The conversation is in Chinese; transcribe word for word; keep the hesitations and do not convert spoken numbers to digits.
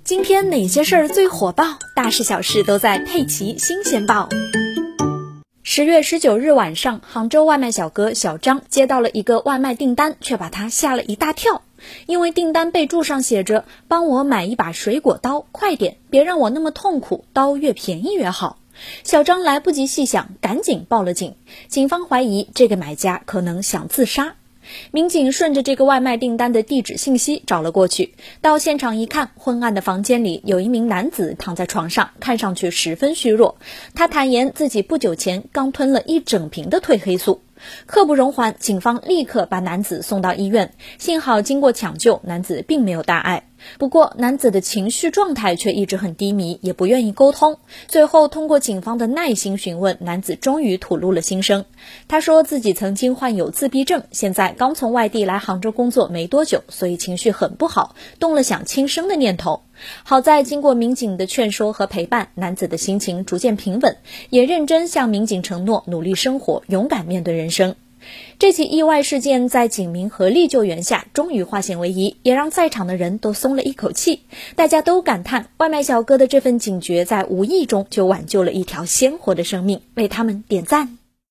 今天哪些事儿最火爆？大事小事都在佩奇新鲜报。十月十九日晚上，杭州外卖小哥小张接到了一个外卖订单，却把他吓了一大跳。因为订单备注上写着帮我买一把水果刀，快点，别让我那么痛苦，刀越便宜越好。小张来不及细想，赶紧报了警。警方怀疑这个买家可能想自杀。民警顺着这个外卖订单的地址信息找了过去，到现场一看，昏暗的房间里有一名男子躺在床上，看上去十分虚弱。他坦言自己不久前刚吞了一整瓶的褪黑素。刻不容缓，警方立刻把男子送到医院，幸好经过抢救，男子并没有大碍。不过男子的情绪状态却一直很低迷，也不愿意沟通。最后通过警方的耐心询问，男子终于吐露了心声。他说自己曾经患有自闭症，现在刚从外地来杭州工作没多久，所以情绪很不好，动了想轻生的念头。好在经过民警的劝说和陪伴，男子的心情逐渐平稳，也认真向民警承诺努力生活，勇敢面对人生。这起意外事件在警民合力救援下终于化险为夷，也让在场的人都松了一口气。大家都感叹外卖小哥的这份警觉在无意中就挽救了一条鲜活的生命，为他们点赞。